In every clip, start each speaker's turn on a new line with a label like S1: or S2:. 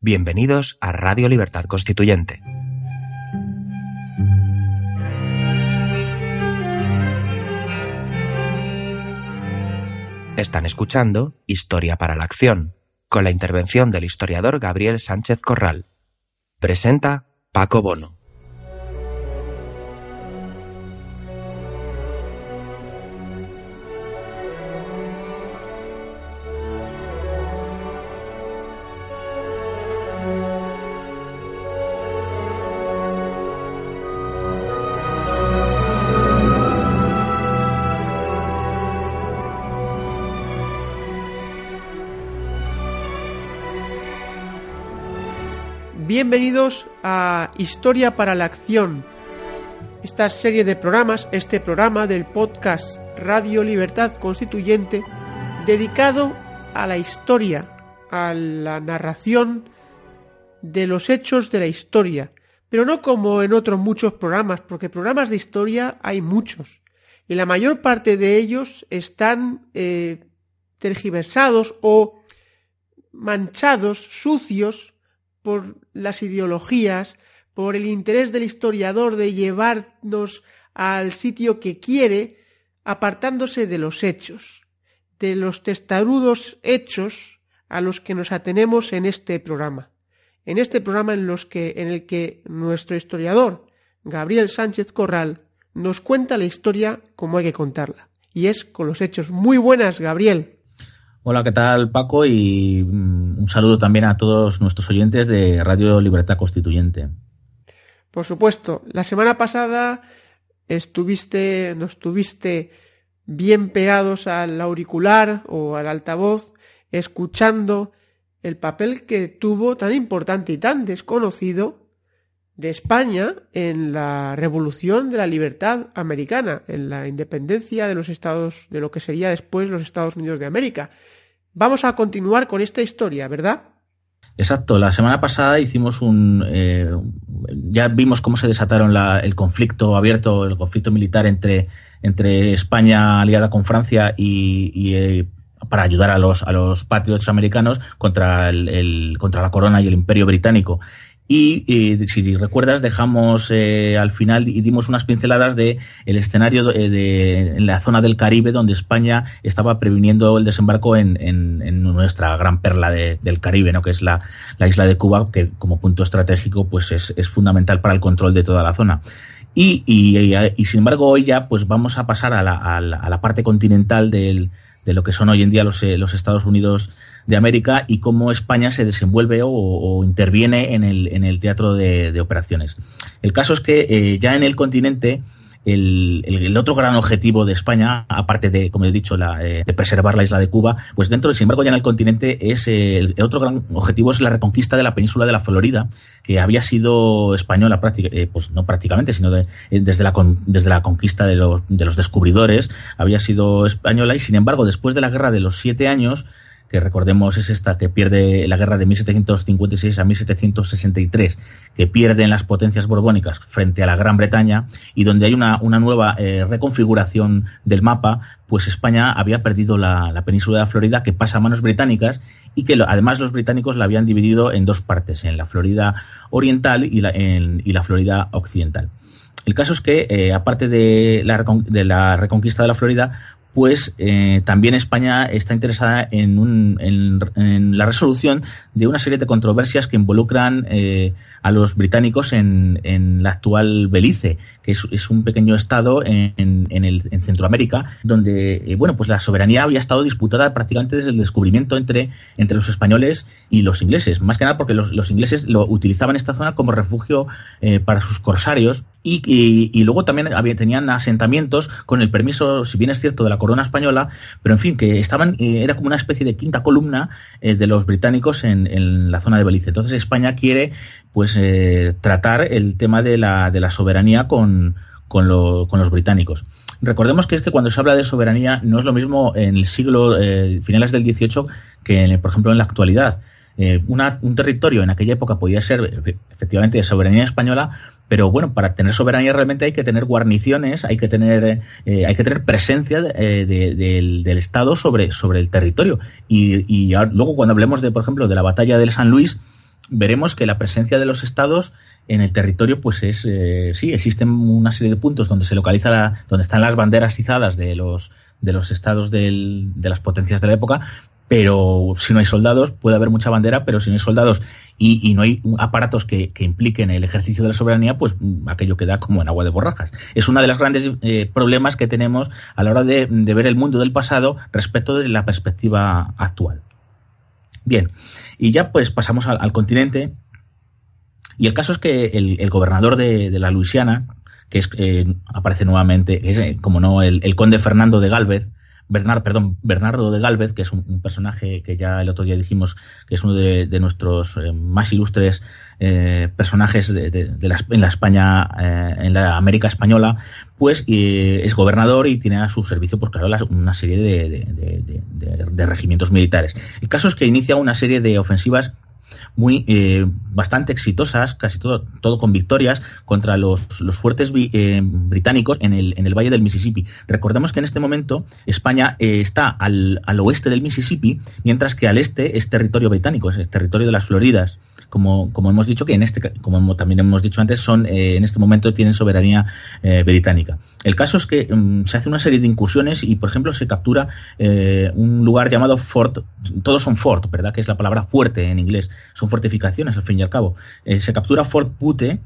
S1: Bienvenidos a Radio Libertad Constituyente. Están escuchando Historia para la Acción, con la intervención del historiador Gabriel Sánchez Corral. Presenta Paco Bono.
S2: Bienvenidos a Historia para la Acción, esta serie de programas, este programa del podcast Radio Libertad Constituyente, dedicado a la historia, a la narración de los hechos de la historia, pero no como en otros muchos programas, porque programas de historia hay muchos, y la mayor parte de ellos están tergiversados o manchados, sucios, por las ideologías, por el interés del historiador de llevarnos al sitio que quiere, apartándose de los hechos, de los testarudos hechos a los que nos atenemos en este programa. En este programa en el que nuestro historiador, Gabriel Sánchez Corral, nos cuenta la historia como hay que contarla. Y es con los hechos. Muy buenas, Gabriel.
S3: Hola, ¿qué tal, Paco? Y un saludo también a todos nuestros oyentes de Radio Libertad Constituyente.
S2: Por supuesto, la semana pasada nos tuviste bien pegados al auricular o al altavoz, escuchando el papel que tuvo tan importante y tan desconocido de España en la Revolución de la Libertad Americana, en la independencia de los Estados, de lo que sería después los Estados Unidos de América. Vamos a continuar con esta historia, ¿verdad?
S3: Exacto. La semana pasada hicimos ya vimos cómo se desataron el conflicto abierto, el conflicto militar entre España aliada con Francia y para ayudar a los patriotas americanos contra la corona y el Imperio Británico. Y si recuerdas, dejamos al final y dimos unas pinceladas de el escenario en la zona del Caribe, donde España estaba previniendo el desembarco en nuestra gran perla del Caribe, ¿no? Que es la isla de Cuba, que como punto estratégico pues es fundamental para el control de toda la zona. Y sin embargo hoy ya pues vamos a pasar a la parte continental de lo que son hoy en día los Estados Unidos de América y cómo España se desenvuelve o interviene en el teatro de operaciones. El caso es que ya en el continente el otro gran objetivo de España, aparte de, como he dicho, de preservar la isla de Cuba, pues sin embargo ya en el continente el otro gran objetivo es la reconquista de la península de la Florida, que había sido española pues no prácticamente, sino desde la conquista de los descubridores, había sido española, y sin embargo después de la Guerra de los 7 años, que recordemos es esta que pierde la guerra de 1756 a 1763, que pierden las potencias borbónicas frente a la Gran Bretaña, y donde hay una nueva reconfiguración del mapa, pues España había perdido la península de la Florida, que pasa a manos británicas, y que además los británicos la habían dividido en dos partes, en la Florida oriental y la Florida occidental. El caso es que, aparte de la reconquista de la Florida, pues también España está interesada en la resolución de una serie de controversias que involucran a los británicos en la actual Belice, que es un pequeño estado en Centroamérica, donde pues la soberanía había estado disputada prácticamente desde el descubrimiento entre los españoles y los ingleses, más que nada porque los ingleses utilizaban esta zona como refugio para sus corsarios, y luego también tenían asentamientos con el permiso, si bien es cierto, de la corona española, pero en fin, que era como una especie de quinta columna de los británicos en la zona de Belice. Entonces España quiere pues tratar el tema de la soberanía con los británicos. Recordemos que es que cuando se habla de soberanía no es lo mismo en el siglo finales del XVIII que por ejemplo en la actualidad. Un territorio en aquella época podía ser efectivamente de soberanía española, pero bueno, para tener soberanía realmente hay que tener guarniciones, hay que tener presencia del Estado sobre el territorio. Y luego cuando hablemos por ejemplo, de la batalla del San Luis, veremos que la presencia de los estados en el territorio, pues sí, existen una serie de puntos donde se localiza donde están las banderas izadas de los estados de las potencias de la época, pero si no hay soldados, puede haber mucha bandera, pero si no hay soldados y no hay aparatos que impliquen el ejercicio de la soberanía, pues aquello queda como en agua de borrajas. Es uno de los grandes problemas que tenemos a la hora de ver el mundo del pasado respecto de la perspectiva actual. Bien, y ya pues pasamos al continente, y el caso es que el gobernador de la Luisiana, que aparece nuevamente, es como no, el conde Fernando de Gálvez, Bernardo de Gálvez, que es un personaje que ya el otro día dijimos que es uno de nuestros más ilustres personajes en la España, en la América española, pues es gobernador y tiene a su servicio, pues claro, una serie de regimientos militares. El caso es que inicia una serie de ofensivas bastante exitosas, casi todo con victorias contra los fuertes británicos en el valle del Mississippi. Recordemos que en este momento España está al oeste del Mississippi, mientras que al este es territorio británico, es el territorio de las Floridas. Como hemos dicho, como también hemos dicho antes, en este momento tienen soberanía británica. El caso es que se hace una serie de incursiones y, por ejemplo, se captura un lugar llamado Fort. Todos son Fort, ¿verdad? Que es la palabra fuerte en inglés. Son fortificaciones, al fin y al cabo. Se captura Fort Butte,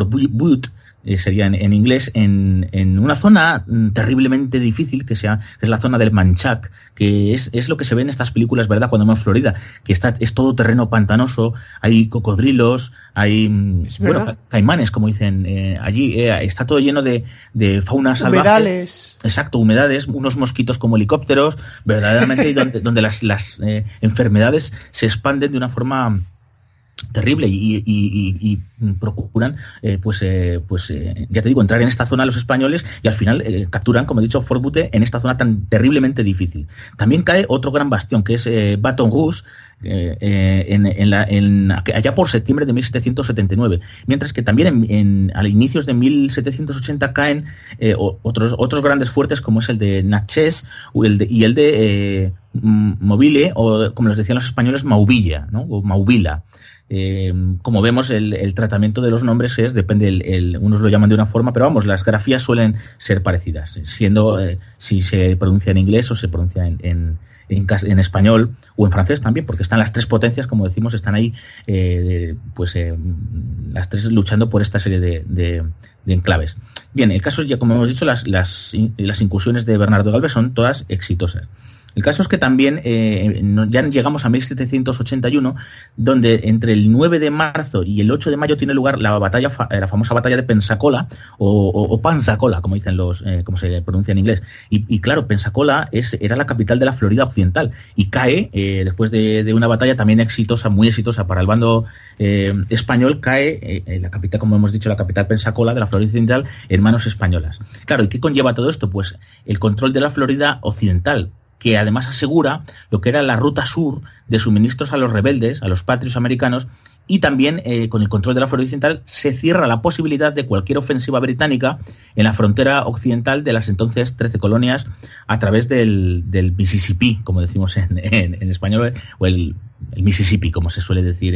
S3: sería en inglés, en una zona terriblemente difícil, que es la zona del Manchac, que es lo que se ve en estas películas, ¿verdad?, cuando vamos a Florida, que es todo terreno pantanoso, hay cocodrilos, hay caimanes, como dicen allí, está todo lleno de fauna salvaje. Humedales. Exacto, humedades, unos mosquitos como helicópteros, verdaderamente, donde las enfermedades se expanden de una forma terrible y procuran ya te digo, entrar en esta zona los españoles y al final capturan, como he dicho, Fort Butte en esta zona tan terriblemente difícil. También cae otro gran bastión, que es Baton Rouge, allá por septiembre de 1779, mientras que también a inicios de 1780 caen otros grandes fuertes, como es el de Natchez y el de Mobile, o como les decían los españoles, Maubilla, ¿no? O Maubila. Como vemos, el tratamiento de los nombres depende, unos lo llaman de una forma, pero vamos, las grafías suelen ser parecidas, siendo si se pronuncia en inglés o se pronuncia en español o en francés también, porque están las tres potencias, como decimos, están ahí las tres luchando por esta serie de enclaves. Bien, el caso, ya como hemos dicho, las incursiones de Bernardo de Gálvez son todas exitosas. El caso es que también ya llegamos a 1781, donde entre el 9 de marzo y el 8 de mayo tiene lugar la famosa batalla de Pensacola, o Pansacola, como dicen como se pronuncia en inglés. Y claro, Pensacola era la capital de la Florida Occidental, y cae, después de una batalla también exitosa, muy exitosa para el bando español, cae la capital, como hemos dicho, la capital Pensacola de la Florida Occidental, en manos españolas. Claro, ¿y qué conlleva todo esto? Pues el control de la Florida Occidental, que además asegura lo que era la ruta sur de suministros a los rebeldes, a los patrios americanos, y también con el control de la Florida Occidental se cierra la posibilidad de cualquier ofensiva británica en la frontera occidental de las entonces 13 colonias a través del Mississippi, como decimos en español, o el Mississippi, como se suele decir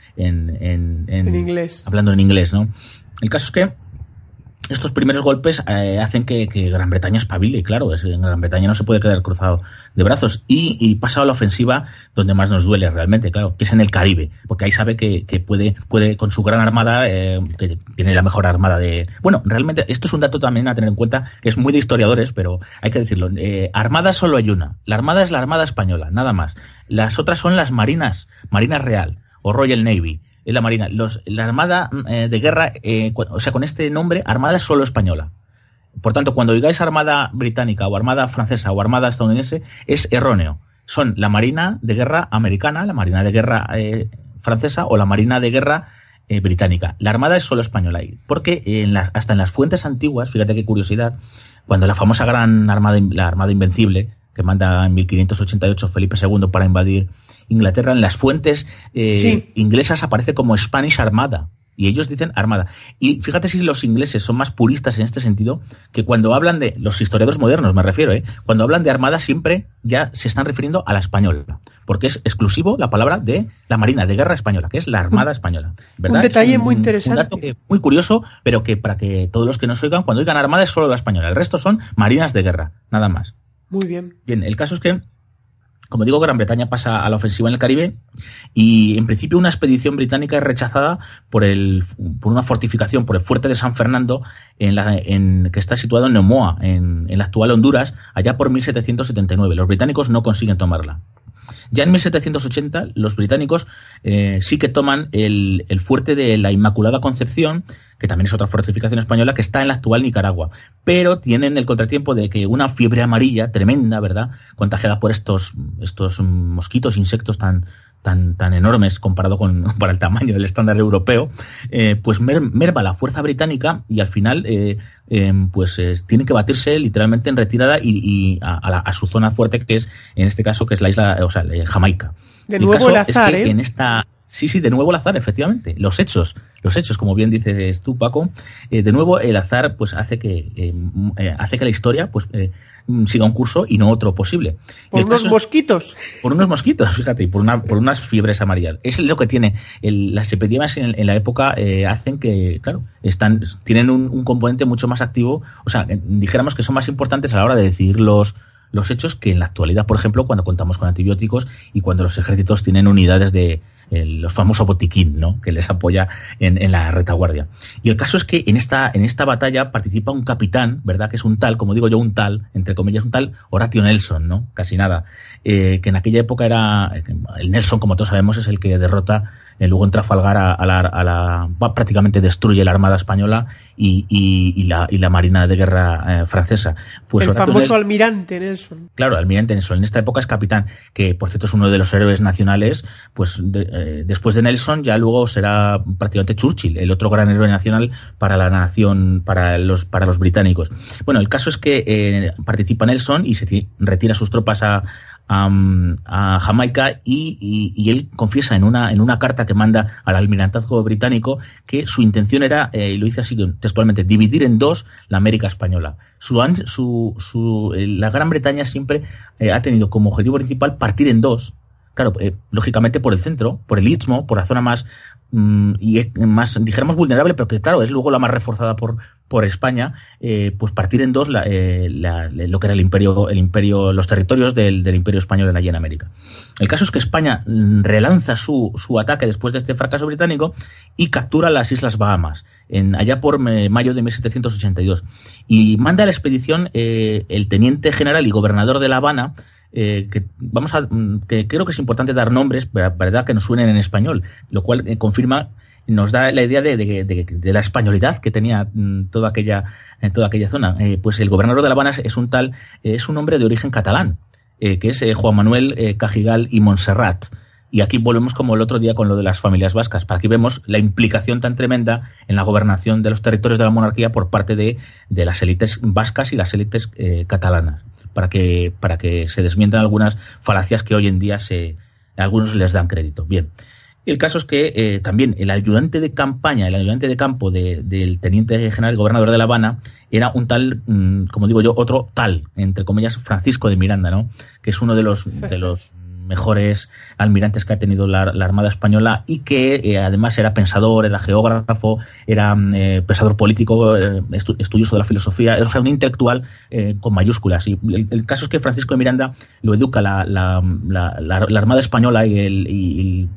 S3: en
S2: inglés.
S3: Hablando en inglés, ¿no? El caso es que estos primeros golpes hacen que Gran Bretaña espabile, y claro, en Gran Bretaña no se puede quedar cruzado de brazos, y pasa a la ofensiva donde más nos duele realmente, claro, que es en el Caribe, porque ahí sabe que puede con su gran armada, que tiene la mejor armada bueno, realmente esto es un dato también a tener en cuenta, que es muy de historiadores, pero hay que decirlo, armada solo hay una, la armada es la Armada Española, nada más, las otras son las Marina Real o Royal Navy. Es la Marina. La Armada de Guerra, con este nombre, Armada es solo española. Por tanto, cuando digáis Armada Británica o Armada Francesa o Armada Estadounidense, es erróneo. Son la Marina de Guerra americana, la Marina de Guerra francesa o la Marina de Guerra británica. La Armada es solo española. Porque hasta en las fuentes antiguas, fíjate qué curiosidad, cuando la famosa gran armada, la Armada Invencible, que manda en 1588 Felipe II para invadir Inglaterra, en las fuentes inglesas aparece como Spanish Armada. Y ellos dicen armada. Y fíjate si los ingleses son más puristas en este sentido, que cuando hablan de, los historiadores modernos me refiero, cuando hablan de armada siempre ya se están refiriendo a la española, porque es exclusivo la palabra de la Marina de Guerra Española, que es la Armada Española. ¿Verdad?
S2: Un detalle muy interesante.
S3: Un dato muy curioso, pero que para que todos los que nos oigan, cuando oigan armada es solo la española, el resto son marinas de guerra, nada más.
S2: Muy bien.
S3: Bien, el caso es que, como digo, Gran Bretaña pasa a la ofensiva en el Caribe y en principio una expedición británica es rechazada por una fortificación, por el fuerte de San Fernando, que está situado en Nemoa, en la actual Honduras, allá por 1779. Los británicos no consiguen tomarla. Ya en 1780 los británicos sí que toman el fuerte de la Inmaculada Concepción, que también es otra fortificación española que está en la actual Nicaragua, pero tienen el contratiempo de que una fiebre amarilla tremenda, ¿verdad?, contagiada por estos mosquitos, insectos tan enormes comparado para el tamaño del estándar europeo, pues merma la fuerza británica y al final tiene que batirse literalmente en retirada y a su zona fuerte, que es, en este caso, que es la isla, o sea, Jamaica.
S2: De nuevo el azar,
S3: es que en esta... Sí, de nuevo el azar, efectivamente. Los hechos, como bien dices tú, Paco, de nuevo el azar pues hace que la historia pues siga un curso y no otro posible.
S2: Por unos mosquitos.
S3: Por unos mosquitos, fíjate, y por unas fiebres amarillas. Es lo que tiene. Las epidemias en la época hacen que, claro, tienen un componente mucho más activo. O sea, dijéramos que son más importantes a la hora de decidir los hechos que en la actualidad, por ejemplo, cuando contamos con antibióticos y cuando los ejércitos tienen unidades de los famosos botiquín, ¿no?, que les apoya en la retaguardia. Y el caso es que en esta batalla participa un capitán, ¿verdad?, que es un tal, como digo yo, un tal, entre comillas, un tal Horatio Nelson, ¿no?, casi nada, que en aquella época era, el Nelson, como todos sabemos, es el que derrota luego en Trafalgar prácticamente destruye la Armada Española y la Marina de Guerra francesa. Pues
S2: el famoso almirante Nelson.
S3: Claro, almirante Nelson. En esta época es capitán, que por cierto es uno de los héroes nacionales. Pues después de Nelson ya luego será prácticamente Churchill, el otro gran héroe nacional para la nación, para los británicos. Bueno, el caso es que participa Nelson y se retira sus tropas a Jamaica y él confiesa en una carta que manda al almirantazgo británico que su intención era, y lo dice así textualmente, dividir en dos la América española. La Gran Bretaña siempre ha tenido como objetivo principal partir en dos, claro, lógicamente por el centro, por el Istmo, por la zona más dijéramos vulnerable, pero que claro es luego la más reforzada por España, pues partir en dos lo que era el imperio, los territorios del imperio español allí en América. El caso es que España relanza su ataque después de este fracaso británico y captura las Islas Bahamas allá por mayo de 1782 y manda a la expedición el teniente general y gobernador de La Habana, que creo que es importante dar nombres, verdad, que nos suenen en español, lo cual nos da la idea de la españolidad que tenía toda aquella zona. Pues el gobernador de La Habana es un hombre de origen catalán, que es Juan Manuel Cajigal y Montserrat. Y aquí volvemos como el otro día con lo de las familias vascas. Aquí vemos la implicación tan tremenda en la gobernación de los territorios de la monarquía por parte de las élites vascas y las élites catalanas, para que se desmientan algunas falacias que hoy en día algunos les dan crédito. Bien. El caso es que también el ayudante de campo del teniente general gobernador de La Habana era un tal, como digo yo, otro tal, entre comillas, Francisco de Miranda, ¿no?, que es uno de los mejores almirantes que ha tenido la Armada Española y que además era pensador, era geógrafo, era pensador político, estudioso de la filosofía, o sea, un intelectual con mayúsculas. Y el caso es que Francisco de Miranda lo educa la Armada Española y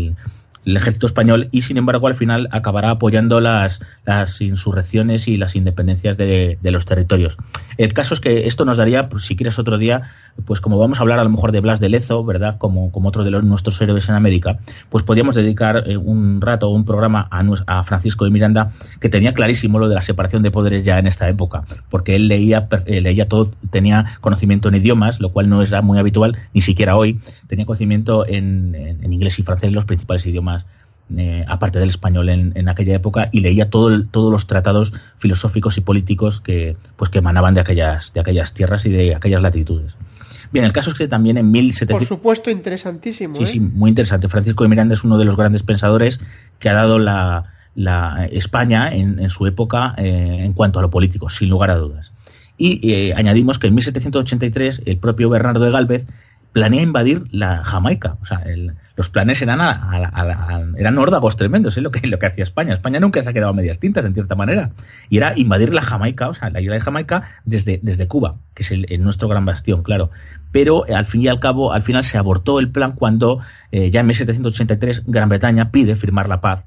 S3: el ejército español, y sin embargo al final acabará apoyando las insurrecciones y las independencias de los territorios. El caso es que esto nos daría, pues, si quieres otro día, pues como vamos a hablar a lo mejor de Blas de Lezo, ¿verdad?, como otro de nuestros héroes en América, pues podríamos dedicar un rato o un programa a Francisco de Miranda, que tenía clarísimo lo de la separación de poderes ya en esta época, porque él leía todo, tenía conocimiento en idiomas, lo cual no es muy habitual, ni siquiera hoy. Tenía conocimiento en inglés y francés, los principales idiomas, aparte del español en aquella época, y leía todos los tratados filosóficos y políticos que emanaban de aquellas tierras y de aquellas latitudes. Bien, el caso es que también en 1700...
S2: Por supuesto, interesantísimo.
S3: Sí, muy interesante. Francisco de Miranda es uno de los grandes pensadores que ha dado la España en su época en cuanto a lo político, sin lugar a dudas. Y añadimos que en 1783 el propio Bernardo de Gálvez planea invadir la Jamaica. O sea, los planes eran eran órdagos tremendos, lo que hacía España. España nunca se ha quedado a medias tintas, en cierta manera. Y era invadir la Jamaica, o sea, la isla de Jamaica desde Cuba, que es nuestro gran bastión, claro. Pero al fin y al cabo, al final se abortó el plan cuando ya en 1783 Gran Bretaña pide firmar la paz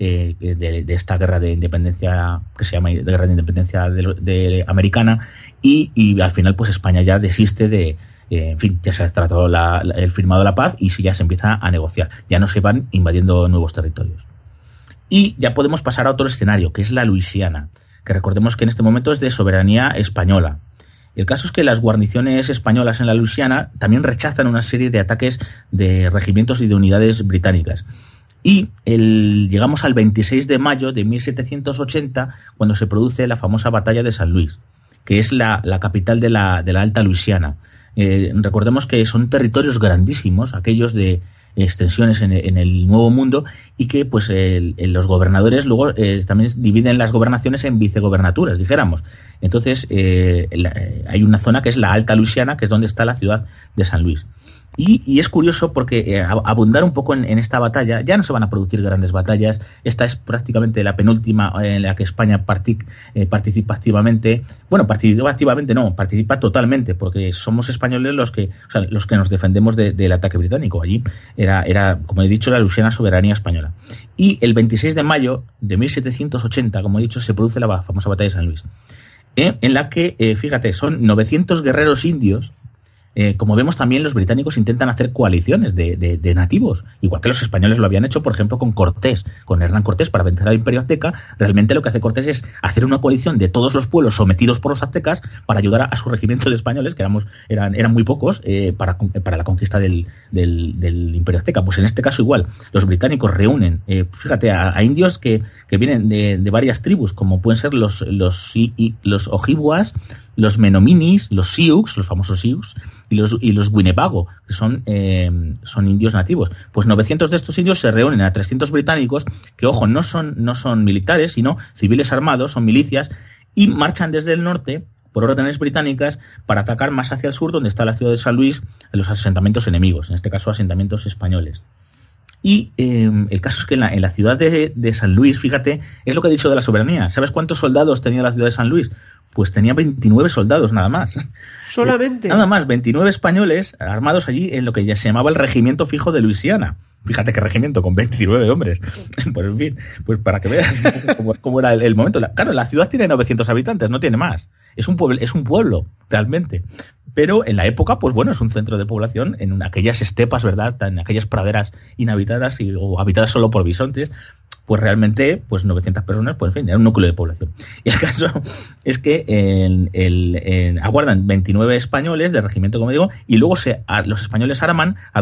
S3: de esta guerra de independencia, que se llama guerra de independencia de americana, y al final pues España ya desiste de en fin, ya se ha tratado el firmado de la paz y si ya se empieza a negociar, ya no se van invadiendo nuevos territorios. Y ya podemos pasar a otro escenario, que es la Luisiana, que recordemos que en este momento es de soberanía española. El caso es que las guarniciones españolas en la Luisiana también rechazan una serie de ataques de regimientos y de unidades británicas. Y llegamos al 26 de mayo de 1780, cuando se produce la famosa batalla de San Luis, que es la capital de la Alta Luisiana. Recordemos que son territorios grandísimos, aquellos de extensiones en el Nuevo Mundo, y que pues los gobernadores luego también dividen las gobernaciones en vicegobernaturas, dijéramos. Entonces hay una zona que es la Alta Luisiana, que es donde está la ciudad de San Luis. Y es curioso porque abundar un poco en esta batalla, ya no se van a producir grandes batallas. Esta es prácticamente la penúltima en la que España participa activamente. Bueno, participa totalmente, porque somos españoles los que nos defendemos del ataque británico. Allí era, como he dicho, la Luisiana soberanía española. Y el 26 de mayo de 1780, como he dicho, se produce la famosa batalla de San Luis, en la que, fíjate, son 900 guerreros indios. Como vemos, también los británicos intentan hacer coaliciones de nativos, igual que los españoles lo habían hecho, por ejemplo, con Cortés, con Hernán Cortés, para vencer al Imperio Azteca. Realmente lo que hace Cortés es hacer una coalición de todos los pueblos sometidos por los aztecas para ayudar a su regimiento de españoles, que eran muy pocos, para la conquista del Imperio Azteca. Pues en este caso igual, los británicos reúnen, fíjate, a indios que vienen de varias tribus, como pueden ser los Ojibwas, los Menominis, los Sioux, los famosos Sioux, y los Winnebago, que son indios nativos. Pues 900 de estos indios se reúnen a 300 británicos, que, ojo, no son militares, sino civiles armados, son milicias, y marchan desde el norte, por órdenes británicas, para atacar más hacia el sur, donde está la ciudad de San Luis, en los asentamientos enemigos, en este caso asentamientos españoles. Y el caso es que en la ciudad de San Luis, fíjate, es lo que he dicho de la soberanía. ¿Sabes cuántos soldados tenía la ciudad de San Luis? Pues tenía 29 soldados, nada más.
S2: ¿Solamente?
S3: Nada más, 29 españoles armados allí en lo que ya se llamaba el Regimiento Fijo de Luisiana. Fíjate qué regimiento, con 29 hombres. Pues en fin, pues para que veas cómo era el momento. Claro, la ciudad tiene 900 habitantes, no tiene más. Es un pueblo, realmente. Pero en la época, pues bueno, es un centro de población en aquellas estepas, ¿verdad? En aquellas praderas inhabitadas o habitadas solo por bisontes. Pues realmente, pues 900 personas, pues en fin, era un núcleo de población. Y el caso es que aguardan 29 españoles del regimiento, como digo, y luego los españoles arman a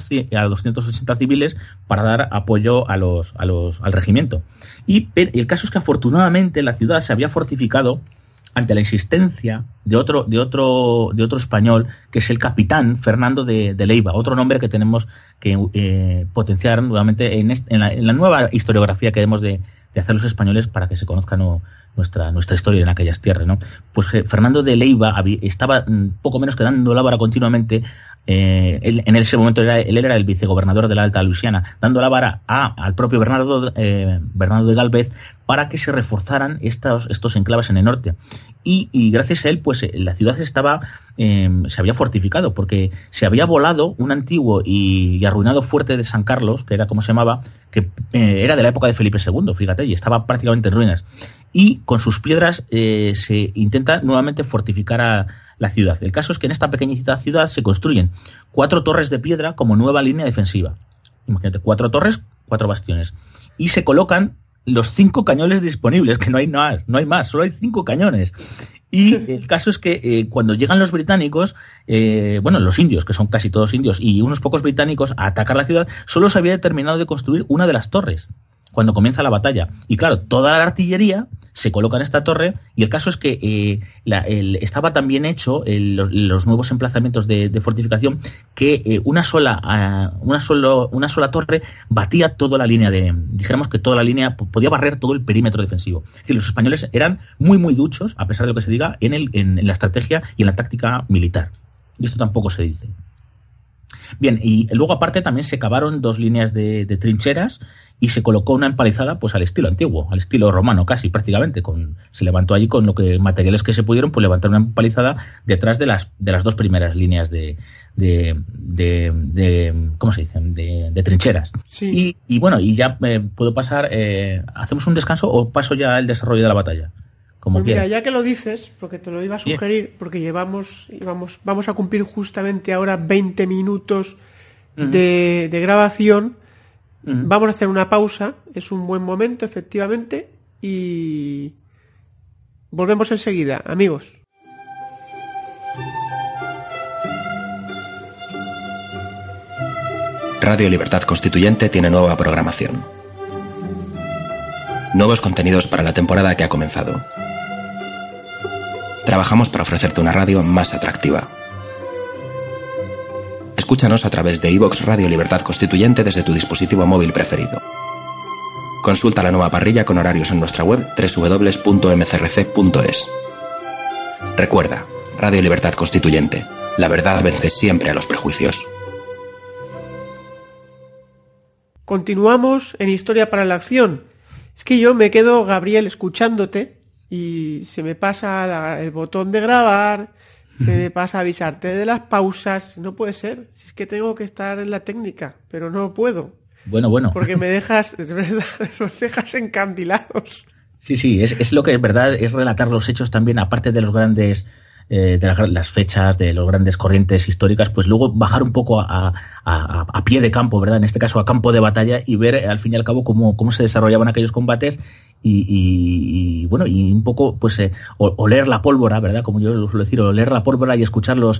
S3: 280 civiles para dar apoyo al regimiento. Y el caso es que afortunadamente la ciudad se había fortificado ante la insistencia de otro español, que es el capitán Fernando de Leiva, otro nombre que tenemos que potenciar nuevamente en la nueva historiografía que debemos de hacer los españoles para que se conozca nuestra historia en aquellas tierras, ¿no? Pues Fernando de Leiva estaba poco menos que dando la vara continuamente. Él en ese momento él era el vicegobernador de la Alta Luisiana, dando la vara al propio Bernardo de Gálvez para que se reforzaran estos enclaves en el norte. Y gracias a él, pues la ciudad se había fortificado, porque se había volado un antiguo y arruinado fuerte de San Carlos, que era como se llamaba, que era de la época de Felipe II, fíjate, y estaba prácticamente en ruinas. Y con sus piedras se intenta nuevamente fortificar a la ciudad. El caso es que en esta pequeñita ciudad se construyen 4 torres de piedra como nueva línea defensiva. Imagínate, 4 torres, 4 bastiones. Y se colocan los 5 cañones disponibles, que no hay más, solo hay 5 cañones. Y el caso es que cuando llegan los británicos, los indios, que son casi todos indios, y unos pocos británicos a atacar la ciudad, solo se había terminado de construir una de las torres cuando comienza la batalla. Y claro, toda la artillería se coloca en esta torre, y el caso es que estaba tan bien hecho los nuevos emplazamientos de fortificación que una sola torre batía toda la línea dijéramos que toda la línea podía barrer todo el perímetro defensivo. Es decir, los españoles eran muy muy duchos, a pesar de lo que se diga, en la estrategia y en la táctica militar. Y esto tampoco se dice. Bien, y luego aparte también se cavaron 2 líneas de trincheras y se colocó una empalizada pues al estilo antiguo, al estilo romano casi prácticamente. Se levantó allí con materiales que se pudieron, pues levantar una empalizada detrás de las 2 primeras líneas de ¿cómo se dice? De trincheras.
S2: Sí.
S3: Y bueno, y ya puedo pasar, ¿hacemos un descanso o paso ya el desarrollo de la batalla? Como
S2: pues mira,
S3: quieras.
S2: ya que lo dices, porque te lo iba a sugerir, porque vamos a cumplir justamente ahora 20 minutos de grabación. Vamos a hacer una pausa, es un buen momento, efectivamente, y volvemos enseguida, amigos.
S1: Radio Libertad Constituyente tiene nueva programación. Nuevos contenidos para la temporada que ha comenzado. Trabajamos para ofrecerte una radio más atractiva. Escúchanos a través de iVoox Radio Libertad Constituyente desde tu dispositivo móvil preferido. Consulta la nueva parrilla con horarios en nuestra web www.mcrc.es. Recuerda, Radio Libertad Constituyente. La verdad vence siempre a los prejuicios.
S2: Continuamos en Historia para la Acción. Es que yo me quedo, Gabriel, escuchándote y se me pasa el botón de grabar, se me pasa avisarte de las pausas. No puede ser, si es que tengo que estar en la técnica, pero no puedo.
S3: Bueno.
S2: Porque me dejas, es verdad, nos dejas encandilados.
S3: Sí, es lo que es verdad, es relatar los hechos también, aparte de los grandes, de las fechas, de los grandes corrientes históricas, pues luego bajar un poco a pie de campo, ¿verdad? En este caso a campo de batalla, y ver al fin y al cabo cómo se desarrollaban aquellos combates y bueno, y un poco pues oler la pólvora, ¿verdad? Como yo suelo decir, oler la pólvora y escuchar los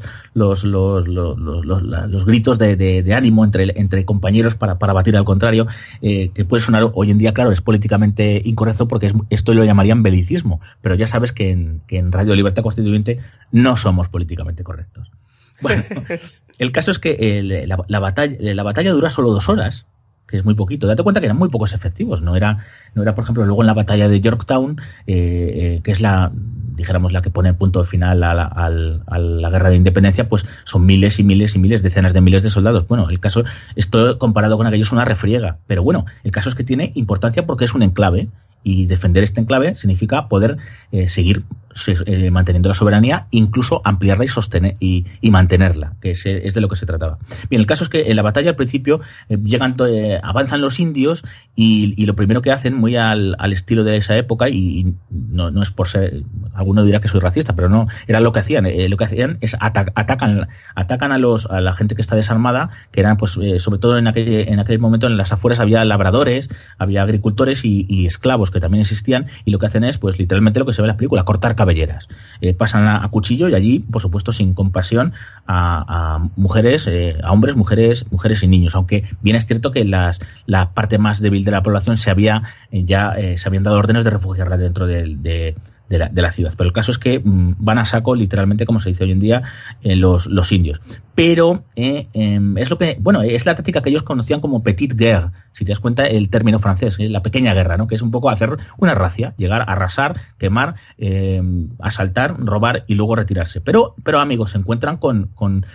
S3: gritos de ánimo entre compañeros para batir al contrario, que puede sonar hoy en día, claro, es políticamente incorrecto porque esto lo llamarían belicismo, pero ya sabes que en Radio Libertad Constituyente no somos políticamente correctos. Bueno, el caso es que la batalla dura solo 2 horas, que es muy poquito. Date cuenta que eran muy pocos efectivos. No era, por ejemplo, luego en la batalla de Yorktown, que es la que pone el punto final a la guerra de independencia, pues son miles y miles y miles, decenas de miles de soldados. Bueno, el caso, esto comparado con aquello es una refriega. Pero bueno, el caso es que tiene importancia porque es un enclave. Y defender este enclave significa poder seguir manteniendo la soberanía, incluso ampliarla y sostener y mantenerla, que es de lo que se trataba. Bien, el caso es que en la batalla al principio avanzan los indios y lo primero que hacen, muy al estilo de esa época, y no es por ser, alguno dirá que soy racista, pero no, era lo que hacían. Lo que hacían es atacan a la gente que está desarmada, que eran pues sobre todo en aquel momento en las afueras había labradores, había agricultores y esclavos que también existían, y lo que hacen es pues literalmente lo que se ve en la película, cortar cabelleras. Pasan a cuchillo y allí, por supuesto, sin compasión a mujeres, a hombres, mujeres y niños, aunque bien es cierto que la parte más débil de la población se habían dado órdenes de refugiarla dentro de la ciudad. Pero el caso es que van a saco, literalmente, como se dice hoy en día, los indios. Pero es lo que, bueno, es la táctica que ellos conocían como petite guerre, si te das cuenta el término francés, la pequeña guerra, ¿no? Que es un poco hacer una racia, llegar a arrasar, quemar, asaltar, robar y luego retirarse. Pero amigos, se encuentran con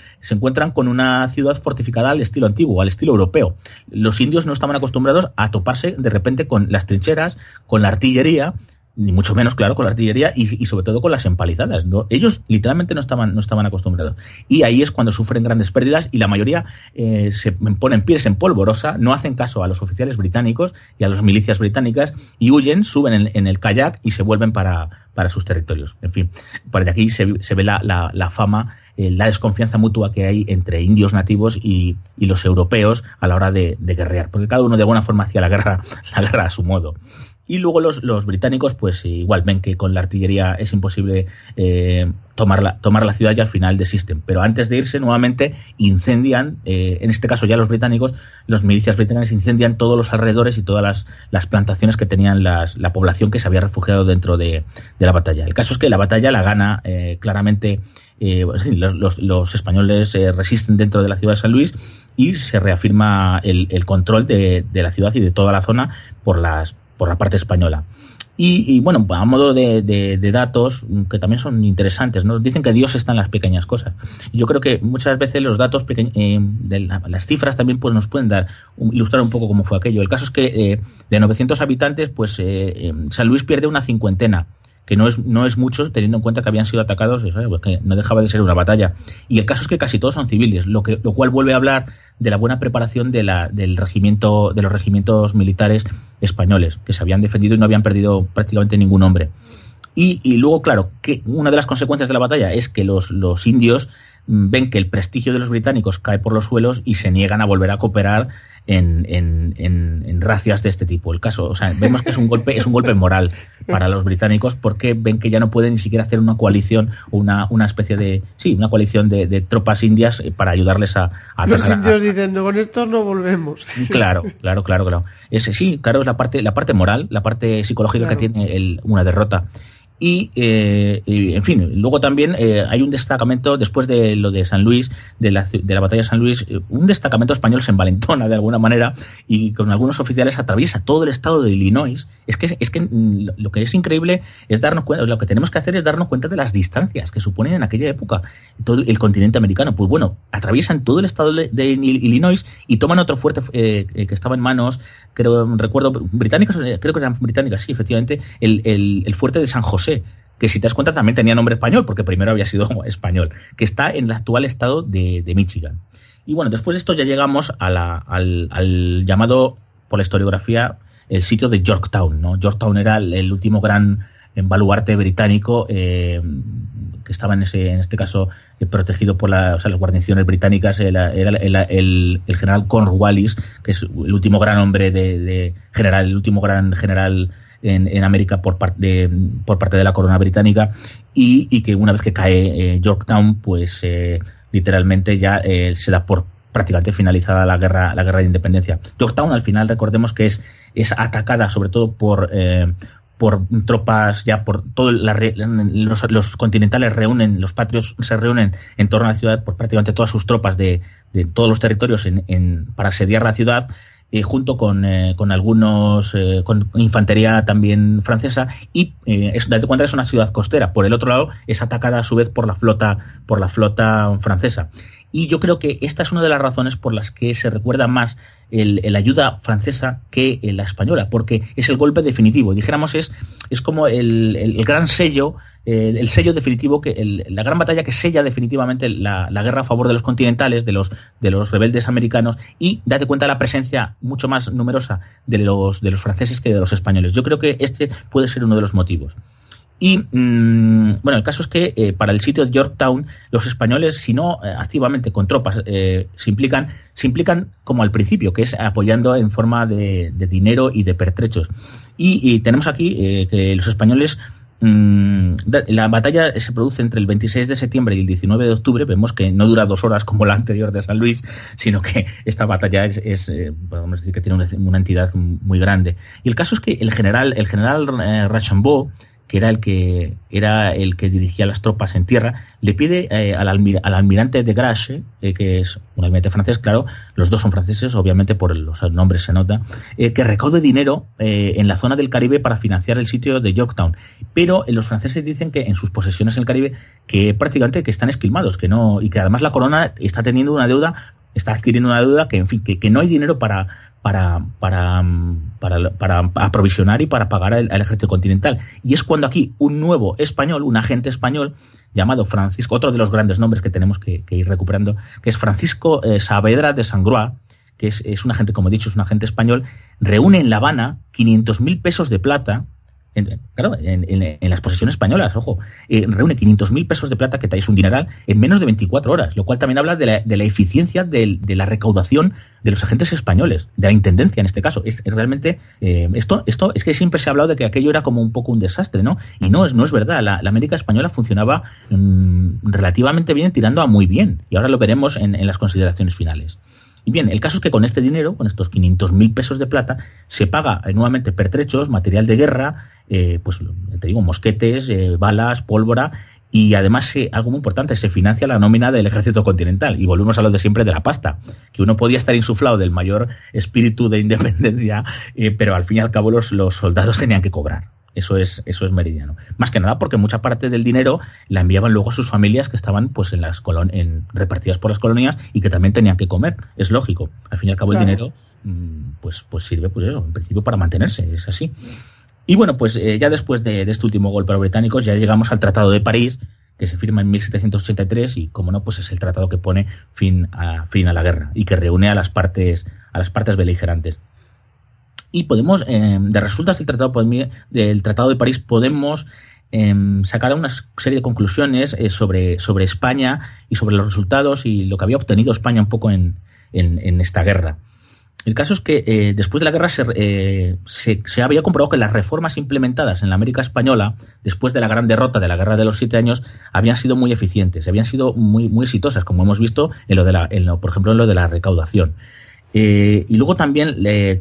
S3: una ciudad fortificada al estilo antiguo, al estilo europeo. Los indios no estaban acostumbrados a toparse de repente con las trincheras, con la artillería, ni mucho menos, claro, con la artillería y sobre todo con las empalizadas, ¿no? Ellos literalmente no estaban acostumbrados. Y ahí es cuando sufren grandes pérdidas y la mayoría se ponen pies en polvorosa, no hacen caso a los oficiales británicos y a las milicias británicas y huyen, suben en el kayak y se vuelven para sus territorios. En fin, por aquí se ve la fama, la desconfianza mutua que hay entre indios nativos y los europeos a la hora de guerrear, porque cada uno de alguna forma hacía la guerra a su modo. Y luego los británicos, pues igual ven que con la artillería es imposible tomar la ciudad y al final desisten. Pero antes de irse, nuevamente incendian, en este caso ya los británicos, los milicias británicas incendian todos los alrededores y todas las plantaciones que tenían la población que se había refugiado dentro de la batalla. El caso es que la batalla la gana claramente, los españoles resisten dentro de la ciudad de San Luis y se reafirma el control de la ciudad y de toda la zona por la parte española. Y bueno, a modo de datos, que también son interesantes, ¿no? Dicen que Dios está en las pequeñas cosas. Yo creo que muchas veces los datos las cifras también pues nos pueden ilustrar un poco cómo fue aquello. El caso es que de 900 habitantes, pues San Luis pierde una cincuentena, que no es mucho, teniendo en cuenta que habían sido atacados, pues que no dejaba de ser una batalla. Y el caso es que casi todos son civiles, lo cual vuelve a hablar de la buena preparación de los regimientos militares españoles, que se habían defendido y no habían perdido prácticamente ningún hombre. Y luego, claro, que una de las consecuencias de la batalla es que los indios ven que el prestigio de los británicos cae por los suelos y se niegan a volver a cooperar en racias de este tipo. El caso, o sea, vemos que es un golpe moral para los británicos, porque ven que ya no pueden ni siquiera hacer una coalición o una especie de una coalición de tropas indias para ayudarles a
S2: los indios dicen, con estos no volvemos.
S3: Claro. Claro, es la parte moral, la parte psicológica, claro, que tiene una derrota. Y en fin, luego también hay un destacamento, después de lo de San Luis, de la batalla de San Luis, un destacamento español se envalentona de alguna manera y con algunos oficiales atraviesa todo el estado de Illinois. Es que lo que es increíble es darnos cuenta, lo que tenemos que hacer es darnos cuenta de las distancias que suponen en aquella época todo el continente americano. Pues bueno, atraviesan todo el estado de Illinois y toman otro fuerte que estaba en manos, recuerdo británicas, creo que eran británicas, sí, efectivamente, el fuerte de San José, que si te das cuenta también tenía nombre español, porque primero había sido español, que está en el actual estado de Michigan. Y bueno, después de esto ya llegamos al llamado, por la historiografía, el sitio de Yorktown, ¿no? Yorktown era el último gran baluarte británico que estaba en este caso protegido por las guarniciones británicas. Era el general Cornwallis, que es el último gran hombre el último gran general en América por parte de la corona británica, y que una vez que cae Yorktown, pues literalmente ya se da por prácticamente finalizada la guerra de independencia. Yorktown, al final, recordemos que es atacada sobre todo por tropas, ya por todo los continentales los patrios se reúnen en torno a la ciudad por prácticamente todas sus tropas de todos los territorios para asediar la ciudad, junto con algunos con infantería también francesa, y date cuenta que es una ciudad costera. Por el otro lado es atacada a su vez por la flota francesa. Y yo creo que esta es una de las razones por las que se recuerda más la ayuda francesa que la española, porque es el golpe definitivo. Dijéramos, es como el gran sello, el sello definitivo, la gran batalla que sella definitivamente la guerra a favor de los continentales, de los rebeldes americanos, y date cuenta de la presencia mucho más numerosa de los franceses que de los españoles. Yo creo que este puede ser uno de los motivos. Y bueno, el caso es que para el sitio de Yorktown, los españoles, si no activamente con tropas, se implican como al principio, que es apoyando en forma de dinero y de pertrechos. Y tenemos aquí que los españoles, la batalla se produce entre el 26 de septiembre y el 19 de octubre. Vemos que no dura 2 horas como la anterior de San Luis, sino que esta batalla podemos decir que tiene una entidad muy grande. Y el caso es que el general Rochambeau, que era el que dirigía las tropas en tierra, le pide al almirante de Grasse, que es un almirante francés, claro, los dos son franceses, obviamente por los nombres se nota, que recaude dinero en la zona del Caribe para financiar el sitio de Yorktown. Pero los franceses dicen que en sus posesiones en el Caribe, que prácticamente que están esquilmados, y que además la corona está adquiriendo una deuda que, en fin, que no hay dinero para aprovisionar y para pagar al ejército continental. Y es cuando aquí un nuevo español, un agente español llamado Francisco, otro de los grandes nombres que tenemos que ir recuperando, que es Francisco Saavedra de Sangroa, que es un agente, como he dicho, es un agente español, reúne en La Habana 500.000 pesos de plata, en las posesiones españolas, ojo, reúne 500.000 pesos de plata, que es un dineral, en menos de 24 horas, lo cual también habla de la eficiencia de la recaudación de los agentes españoles, de la intendencia en este caso. Es realmente, esto es que siempre se ha hablado de que aquello era como un poco un desastre, ¿no? Y no es verdad. La América española funcionaba relativamente bien, tirando a muy bien, y ahora lo veremos en las consideraciones finales. Y bien, el caso es que con este dinero, con estos 500.000 pesos de plata, se paga nuevamente pertrechos, material de guerra, pues te digo, mosquetes, balas, pólvora, y además, algo muy importante, se financia la nómina del ejército continental. Y volvemos a lo de siempre de la pasta, que uno podía estar insuflado del mayor espíritu de independencia, pero al fin y al cabo los soldados tenían que cobrar. Eso es meridiano. Más que nada porque mucha parte del dinero la enviaban luego a sus familias, que estaban pues repartidas por las colonias, y que también tenían que comer. Es lógico. Al fin y al cabo, claro, el dinero pues sirve, pues eso, en principio, para mantenerse. Es así. Y bueno, pues ya después de este último golpe a los británicos, ya llegamos al Tratado de París, que se firma en 1783, y como no, pues es el tratado que pone fin a la guerra y que reúne a las partes beligerantes. Y podemos, de resultas del Tratado de París, podemos sacar una serie de conclusiones sobre España y sobre los resultados y lo que había obtenido España un poco en esta guerra. El caso es que después de la guerra se había comprobado que las reformas implementadas en la América española, después de la gran derrota de la Guerra de los 7 años, habían sido muy eficientes, habían sido muy, muy exitosas, como hemos visto por ejemplo, en lo de la recaudación. Y luego también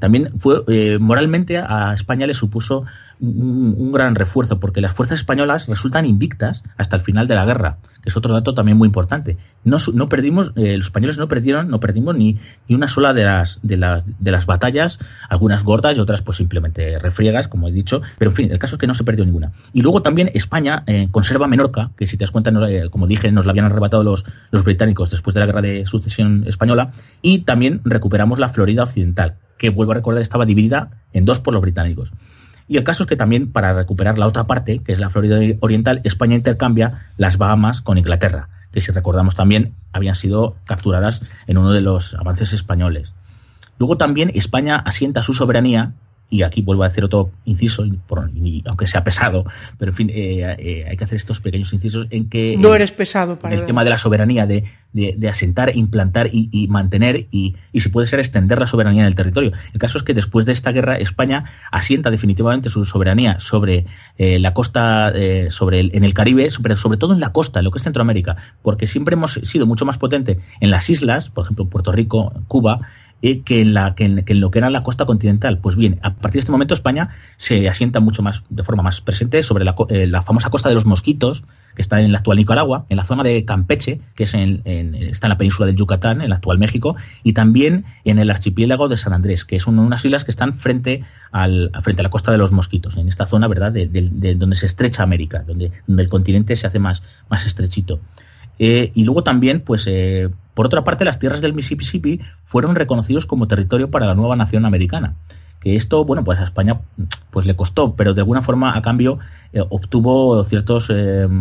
S3: fue moralmente a España le supuso un gran refuerzo, porque las fuerzas españolas resultan invictas hasta el final de la guerra, que es otro dato también muy importante. No perdimos, los españoles no perdimos ni una sola de las batallas, algunas gordas y otras pues simplemente refriegas, como he dicho, pero en fin, el caso es que no se perdió ninguna. Y luego también España conserva Menorca, que si te das cuenta, como dije, nos la habían arrebatado los británicos después de la Guerra de Sucesión Española, y también recuperamos la Florida Occidental, que, vuelvo a recordar, estaba dividida en dos por los británicos. Y el caso es que también, para recuperar la otra parte, que es la Florida Oriental, España intercambia las Bahamas con Inglaterra, que, si recordamos, también habían sido capturadas en uno de los avances españoles. Luego también España asienta su soberanía, y aquí vuelvo a hacer otro inciso, aunque sea pesado, pero en fin, hay que hacer estos pequeños incisos en que...
S2: No eres pesado para
S3: el tema de la soberanía, de asentar, implantar y mantener, y si puede ser, extender la soberanía del territorio. El caso es que después de esta guerra, España asienta definitivamente su soberanía sobre la costa, en el Caribe, pero sobre todo en la costa, en lo que es Centroamérica, porque siempre hemos sido mucho más potente en las islas, por ejemplo, Puerto Rico, Cuba, que en lo que era la costa continental. Pues bien, a partir de este momento España se asienta mucho más, de forma más presente, sobre la famosa costa de los Mosquitos, que está en la actual Nicaragua, en la zona de Campeche, que está en la península del Yucatán, en el actual México, y también en el archipiélago de San Andrés, que son unas islas que están frente a la costa de los Mosquitos, en esta zona, ¿verdad?, de donde se estrecha América, donde el continente se hace más estrechito. Y luego también, pues, por otra parte, las tierras del Mississippi fueron reconocidos como territorio para la nueva nación americana. Que esto, bueno, pues a España pues le costó, pero de alguna forma, a cambio, obtuvo ciertos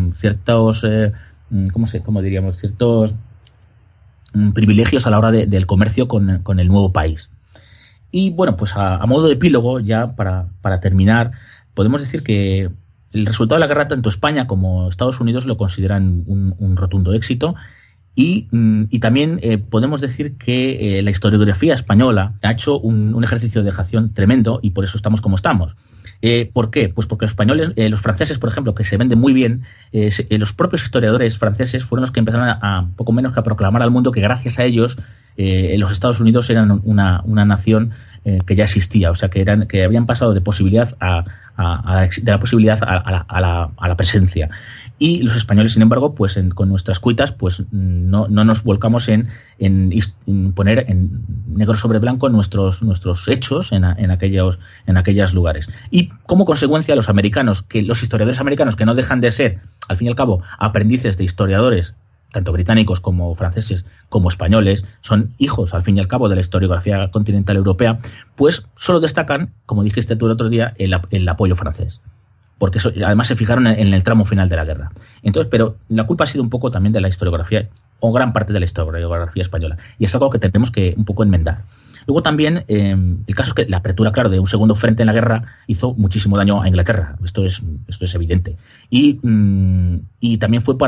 S3: privilegios a la hora del comercio con el nuevo país. Y bueno, pues a modo de epílogo, ya para terminar, podemos decir que el resultado de la guerra, tanto España como Estados Unidos lo consideran un rotundo éxito, y también podemos decir que la historiografía española ha hecho un ejercicio de dejación tremendo, y por eso estamos como estamos. ¿Por qué? Pues porque los españoles, los franceses, por ejemplo, que se venden muy bien, los propios historiadores franceses fueron los que empezaron a poco menos que a proclamar al mundo que gracias a ellos los Estados Unidos eran una nación que ya existía, o sea, que habían pasado de posibilidad de la posibilidad a la presencia. Y los españoles, sin embargo, pues con nuestras cuitas, pues no nos volcamos en poner en negro sobre blanco nuestros hechos en aquellos lugares. Y como consecuencia, los historiadores americanos, que no dejan de ser, al fin y al cabo, aprendices de historiadores, tanto británicos como franceses como españoles, son hijos, al fin y al cabo, de la historiografía continental europea, pues solo destacan, como dijiste tú el otro día, el apoyo francés. Porque además se fijaron en el tramo final de la guerra. Entonces, pero la culpa ha sido un poco también de la historiografía, o gran parte de la historiografía española, y es algo que tenemos que un poco enmendar. Luego también, el caso es que la apertura, claro, de un segundo frente en la guerra hizo muchísimo daño a Inglaterra. Esto es evidente. Y también fue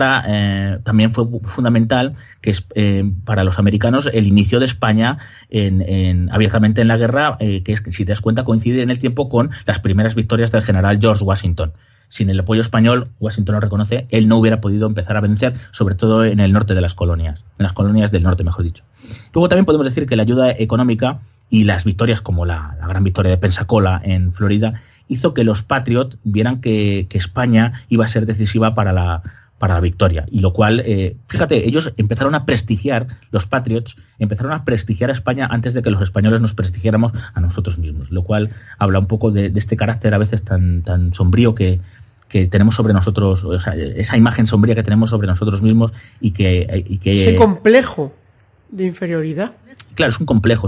S3: fundamental que para los americanos el inicio de España abiertamente en la guerra, que es, si te das cuenta, coincide en el tiempo con las primeras victorias del general George Washington. Sin el apoyo español, Washington lo reconoce, él no hubiera podido empezar a vencer, sobre todo en el norte de las colonias, en las colonias del norte, mejor dicho. Luego también podemos decir que la ayuda económica y las victorias, como la gran victoria de Pensacola en Florida, hizo que los Patriot vieran que España iba a ser decisiva para la victoria, y lo cual, fíjate, ellos empezaron a prestigiar, los Patriots empezaron a prestigiar a España antes de que los españoles nos prestigiáramos a nosotros mismos, lo cual habla un poco de este carácter a veces tan sombrío que tenemos sobre nosotros, o sea, esa imagen sombría que tenemos sobre nosotros mismos y que
S2: ese complejo de inferioridad.
S3: Claro, es un complejo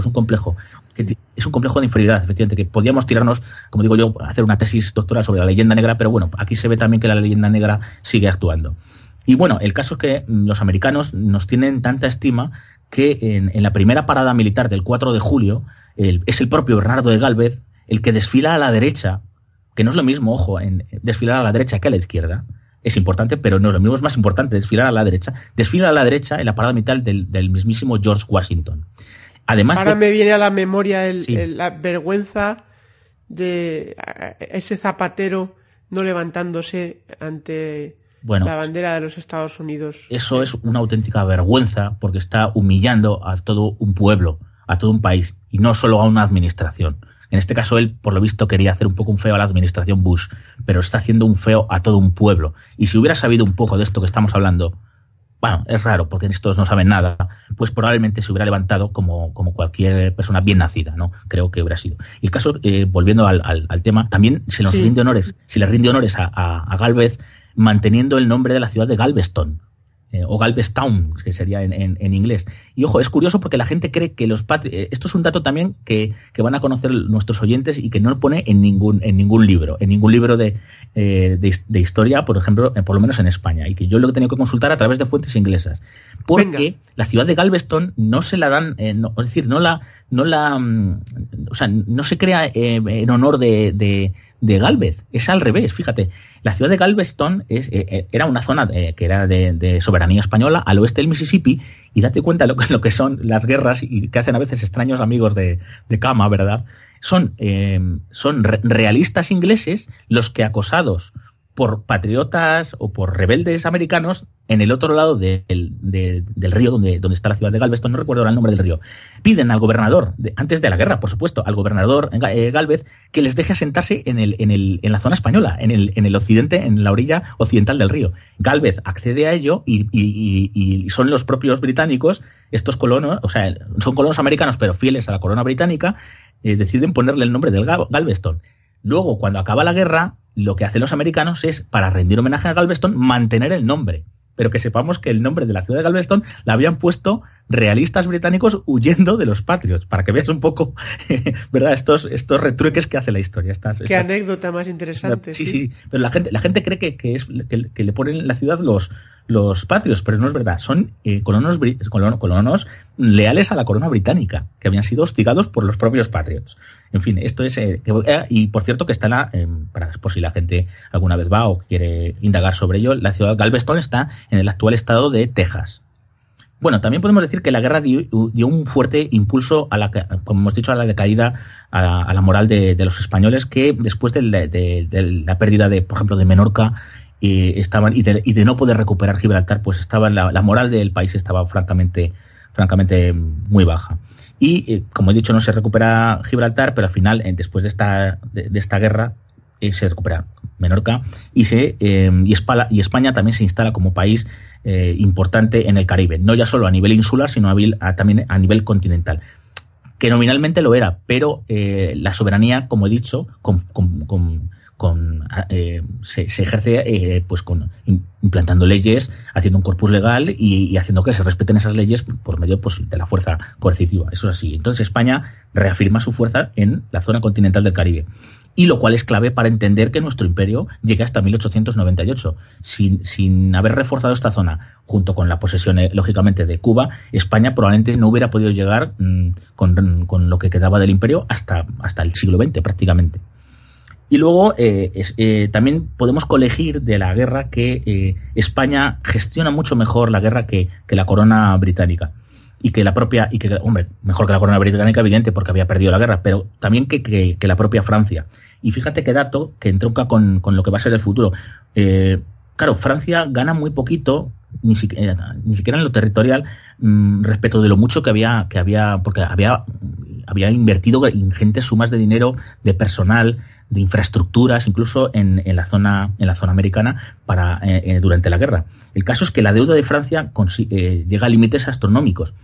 S3: de inferioridad, efectivamente, que podíamos tirarnos, como digo yo, a hacer una tesis doctoral sobre la leyenda negra, pero bueno, aquí se ve también que la leyenda negra sigue actuando. Y bueno, el caso es que los americanos nos tienen tanta estima que en la primera parada militar del 4 de julio es el propio Bernardo de Gálvez el que desfila a la derecha, que no es lo mismo, ojo, en desfilar a la derecha que a la izquierda. Es importante, pero no, lo mismo es más importante desfilar a la derecha. Desfila a la derecha en la parada militar del mismísimo George Washington. Además,
S2: ahora me viene a la memoria la vergüenza de ese zapatero no levantándose ante la bandera de los Estados Unidos.
S3: Eso es una auténtica vergüenza, porque está humillando a todo un pueblo, a todo un país, y no solo a una administración. En este caso, él, por lo visto, quería hacer un poco un feo a la administración Bush, pero está haciendo un feo a todo un pueblo. Y si hubiera sabido un poco de esto que estamos hablando, bueno, es raro, porque estos no saben nada, pues probablemente se hubiera levantado como cualquier persona bien nacida, ¿no? Creo que hubiera sido. Y el caso, volviendo al tema, también se le rinde honores a Gálvez manteniendo el nombre de la ciudad de Galveston. O Galveston, que sería en inglés. Y ojo, es curioso porque la gente cree que esto es un dato también que van a conocer nuestros oyentes y que no lo pone en ningún libro de historia, por ejemplo, por lo menos en España, y que yo lo he tenido que consultar a través de fuentes inglesas. Porque la ciudad de Galveston no se la dan, no se crea en honor de Gálvez, es al revés, fíjate. La ciudad de Galveston era una zona que era de soberanía española al oeste del Mississippi, y date cuenta lo que son las guerras y que hacen a veces extraños amigos de cama, ¿verdad? Son realistas ingleses los que, acosados por patriotas o por rebeldes americanos, en el otro lado del río donde está la ciudad de Galveston, no recuerdo ahora el nombre del río, piden al gobernador, antes de la guerra, por supuesto, al gobernador Gálvez, que les deje asentarse en la zona española, en el occidente, en la orilla occidental del río. Gálvez accede a ello y son los propios británicos, estos colonos, o sea, son colonos americanos pero fieles a la corona británica, deciden ponerle el nombre del Galveston. Luego, cuando acaba la guerra, lo que hacen los americanos es, para rendir homenaje a Galveston, mantener el nombre. Pero que sepamos que el nombre de la ciudad de Galveston la habían puesto realistas británicos huyendo de los Patriots, para que veas un poco, ¿verdad?, estos retrueques que hace la historia.
S2: Qué anécdota más interesante.
S3: Sí. Pero la gente cree que le ponen en la ciudad los Patriots, pero no es verdad. Son colonos leales a la corona británica, que habían sido hostigados por los propios Patriots. En fin, esto es... y por cierto que está por si la gente alguna vez va o quiere indagar sobre ello, la ciudad de Galveston está en el actual estado de Texas. Bueno, también podemos decir que la guerra dio un fuerte impulso como hemos dicho, a la decaída, a la moral de los españoles, que después de la pérdida por ejemplo, de Menorca, estaban y de no poder recuperar Gibraltar, pues la moral del país estaba francamente muy baja. Y como he dicho, no se recupera Gibraltar, pero al final, después de esta guerra, se recupera Menorca y España también se instala como país importante en el Caribe, no ya solo a nivel insular, sino también a nivel continental, que nominalmente lo era, pero la soberanía, como he dicho, se ejerce pues implantando leyes, haciendo un corpus legal y haciendo que se respeten esas leyes por medio, pues, de la fuerza coercitiva. Eso es así. Entonces España reafirma su fuerza en la zona continental del Caribe. y lo cual es clave para entender que nuestro imperio llegue hasta 1898. Sin haber reforzado esta zona, junto con la posesión, lógicamente, de Cuba, España probablemente no hubiera podido llegar con lo que quedaba del imperio hasta el siglo XX, prácticamente. Y luego también podemos colegir de la guerra que España gestiona mucho mejor la guerra que la corona británica. Hombre, mejor que la corona británica, evidente, porque había perdido la guerra, pero también que la propia Francia. Y fíjate qué dato que entronca con lo que va a ser el futuro. Claro, Francia gana muy poquito, ni siquiera en lo territorial, respecto de lo mucho que había, porque había invertido ingentes sumas de dinero, de personal, de infraestructuras, incluso en la zona americana durante la guerra. El caso es que la deuda de Francia llega a límites astronómicos.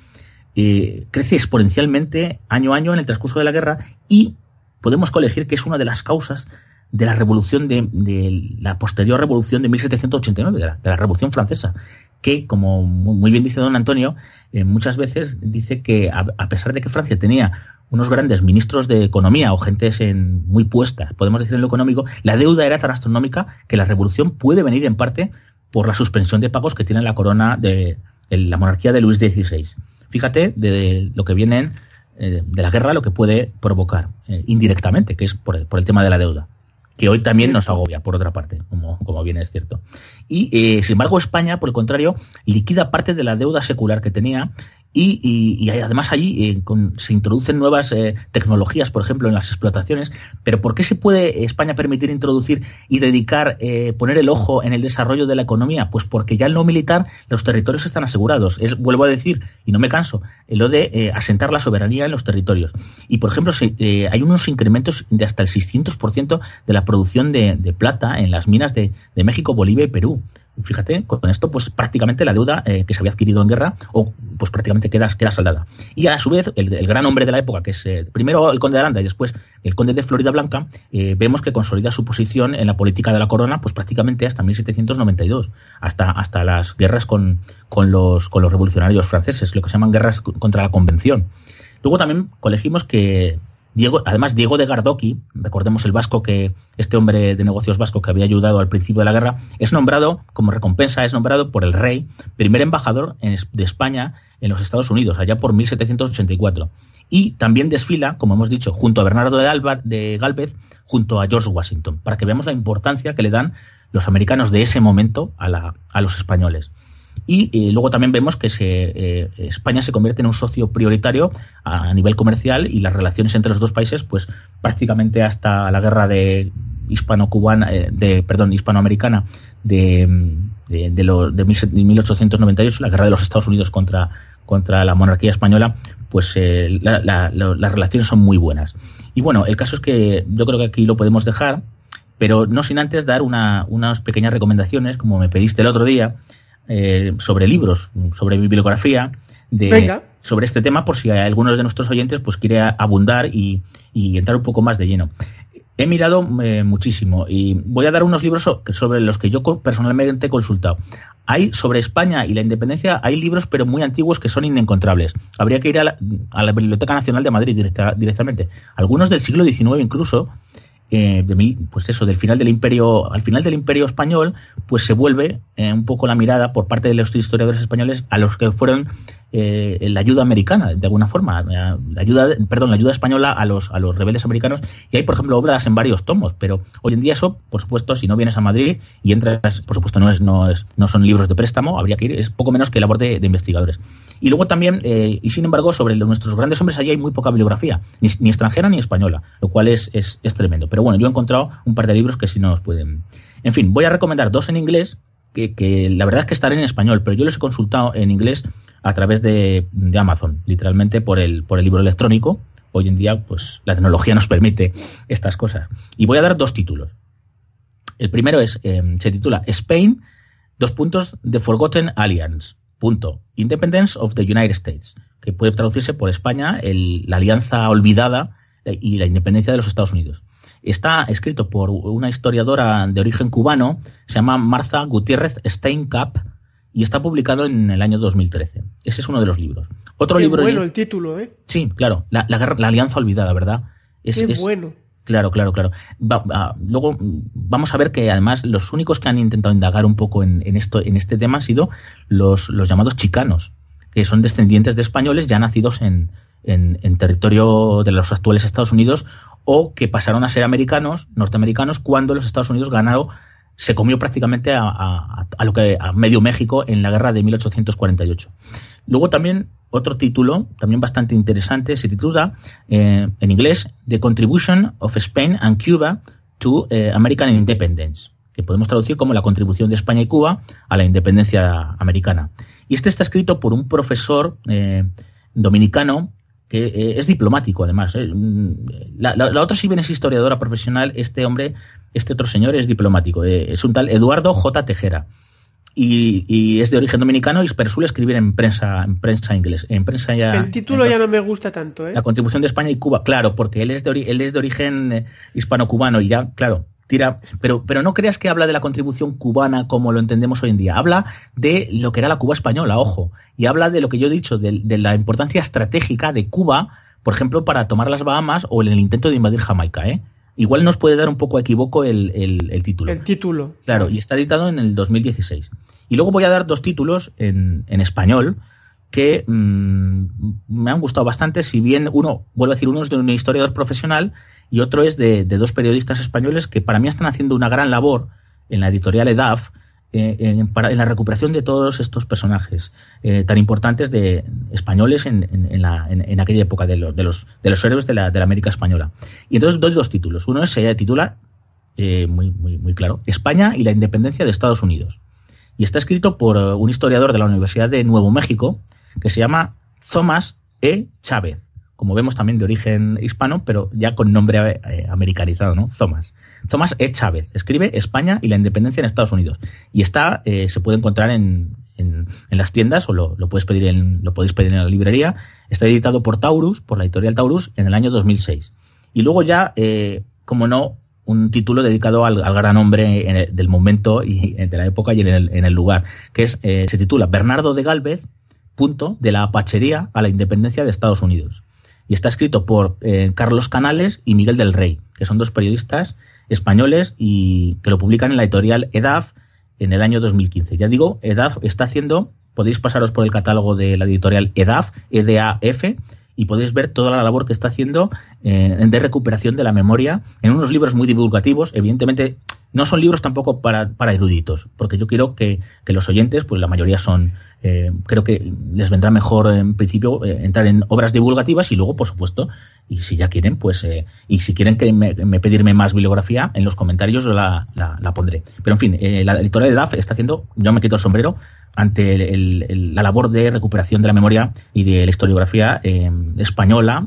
S3: Crece exponencialmente año a año en el transcurso de la guerra y podemos colegir que es una de las causas de la revolución de la posterior revolución de 1789, de la Revolución Francesa, que, como muy bien dice don Antonio, muchas veces dice que a pesar de que Francia tenía unos grandes ministros de economía o gentes muy puestas, podemos decir en lo económico, la deuda era tan astronómica que la revolución puede venir en parte por la suspensión de pagos que tiene la corona de la monarquía de Luis XVI. Fíjate de lo que viene de la guerra, lo que puede provocar indirectamente, que es por el tema de la deuda, que hoy también nos agobia, por otra parte, como bien es cierto. Y, sin embargo, España, por el contrario, liquida parte de la deuda secular que tenía y además allí se introducen nuevas tecnologías, por ejemplo, en las explotaciones. Pero ¿por qué se puede España permitir introducir y dedicar, poner el ojo en el desarrollo de la economía? Pues porque ya en lo militar los territorios están asegurados. Vuelvo a decir, y no me canso, lo de asentar la soberanía en los territorios. Y, por ejemplo, hay unos incrementos de hasta el 600% de la producción de plata en las minas de México, Bolivia y Perú. Fíjate, con esto pues prácticamente la deuda que se había adquirido en guerra pues prácticamente queda saldada. Y a su vez el gran hombre de la época, que es primero el conde de Aranda y después el conde de Florida Blanca, vemos que consolida su posición en la política de la corona pues prácticamente hasta 1792, hasta las guerras con los revolucionarios franceses, lo que se llaman guerras contra la Convención. Luego también colegimos que Diego de Gardoqui, recordemos el vasco, que este hombre de negocios vasco que había ayudado al principio de la guerra, es nombrado, como recompensa, por el rey, primer embajador de España en los Estados Unidos, allá por 1784. Y también desfila, como hemos dicho, junto a Bernardo de Gálvez, junto a George Washington, para que veamos la importancia que le dan los americanos de ese momento a los españoles. Y luego también vemos que España se convierte en un socio prioritario a nivel comercial y las relaciones entre los dos países, pues prácticamente hasta la guerra hispanoamericana de 1898, la guerra de los Estados Unidos contra la monarquía española, pues las relaciones son muy buenas. Y bueno, el caso es que yo creo que aquí lo podemos dejar, pero no sin antes dar unas pequeñas recomendaciones, como me pediste el otro día, sobre libros, sobre bibliografía sobre este tema, por si algunos de nuestros oyentes pues quiere abundar y entrar un poco más de lleno. He mirado muchísimo y voy a dar unos libros sobre los que yo personalmente he consultado. Hay sobre España y la independencia, hay libros pero muy antiguos que son inencontrables. Habría que ir a la Biblioteca Nacional de Madrid directamente. Algunos del siglo XIX incluso, del final del imperio, al final del imperio español, pues se vuelve un poco la mirada por parte de los historiadores españoles a los que fueron la ayuda americana, de alguna forma, la ayuda española a los rebeldes americanos, y hay, por ejemplo, obras en varios tomos, pero hoy en día eso, por supuesto, si no vienes a Madrid y entras, por supuesto, no son libros de préstamo, habría que ir, es poco menos que labor de investigadores. Y luego también, y sin embargo, sobre nuestros grandes hombres, allí hay muy poca bibliografía, ni extranjera ni española, lo cual es tremendo. Pero bueno, yo he encontrado un par de libros que sí nos pueden. En fin, voy a recomendar dos en inglés, que la verdad es que estaré en español, pero yo los he consultado en inglés a través de Amazon, literalmente por el libro electrónico. Hoy en día, pues la tecnología nos permite estas cosas. Y voy a dar dos títulos. El primero se titula Spain, The Forgotten Alliance, Independence of the United States, que puede traducirse por España, la alianza olvidada y la independencia de los Estados Unidos. Está escrito por una historiadora de origen cubano, se llama Martha Gutiérrez Steinkapp, y está publicado en el año 2013. Ese es uno de los libros. Otro libro.
S2: Bueno el título, ¿eh?
S3: Sí, claro, la alianza olvidada, ¿verdad?
S2: Qué bueno.
S3: Claro. Luego vamos a ver que además los únicos que han intentado indagar un poco en este tema han sido los llamados chicanos, que son descendientes de españoles ya nacidos en territorio de los actuales Estados Unidos o que pasaron a ser norteamericanos, cuando los Estados Unidos se comió prácticamente a medio México en la guerra de 1848. Luego también otro título, también bastante interesante, se titula en inglés The Contribution of Spain and Cuba to American Independence, que podemos traducir como la contribución de España y Cuba a la independencia americana. Y este está escrito por un profesor dominicano que es diplomático, además. La otra, si bien es historiadora profesional, este otro señor es diplomático. Es un tal Eduardo J. Tejera. Y es de origen dominicano, pero suele escribir en prensa inglés.
S2: El título ya no me gusta tanto, ¿eh?
S3: La contribución de España y Cuba, claro, porque él es de origen hispano-cubano y ya, claro, tira. Pero no creas que habla de la contribución cubana como lo entendemos hoy en día. Habla de lo que era la Cuba española, ojo. Y habla de lo que yo he dicho, de la importancia estratégica de Cuba, por ejemplo, para tomar las Bahamas o en el intento de invadir Jamaica, ¿eh? Igual nos puede dar un poco a equivoco el título.
S2: El título.
S3: Claro, y está editado en el 2016. Y luego voy a dar dos títulos en español que me han gustado bastante, si bien uno es de un historiador profesional y otro es de dos periodistas españoles que para mí están haciendo una gran labor en la editorial EDAF en la recuperación de todos estos personajes tan importantes de españoles en aquella época de los héroes de la América española. Y entonces doy dos títulos. Uno se titula muy claro, España y la independencia de Estados Unidos. Y está escrito por un historiador de la Universidad de Nuevo México que se llama Thomas E. Chávez. Como vemos, también de origen hispano, pero ya con nombre americanizado, ¿no? Thomas E. Chávez. Escribe España y la independencia en Estados Unidos. Y se puede encontrar en las tiendas o lo podéis pedir en la librería. Está editado por la editorial Taurus, en el año 2006. Y luego ya, como no, un título dedicado al gran hombre del momento y de la época y en el lugar, que se titula Bernardo de Gálvez, de la apachería a la independencia de Estados Unidos. Y está escrito por Carlos Canales y Miguel del Rey, que son dos periodistas españoles y que lo publican en la editorial EDAF en el año 2015. Ya digo, EDAF está haciendo, podéis pasaros por el catálogo de la editorial EDAF, EDAF, y podéis ver toda la labor que está haciendo de recuperación de la memoria en unos libros muy divulgativos. Evidentemente, no son libros tampoco para eruditos, porque yo quiero que los oyentes, pues la mayoría son, creo que les vendrá mejor en principio entrar en obras divulgativas y luego, por supuesto, y si ya quieren, pues, y si quieren pedirme más bibliografía, en los comentarios la pondré. Pero en fin, la editorial de DAF está haciendo, yo me quito el sombrero ante la labor de recuperación de la memoria y de la historiografía española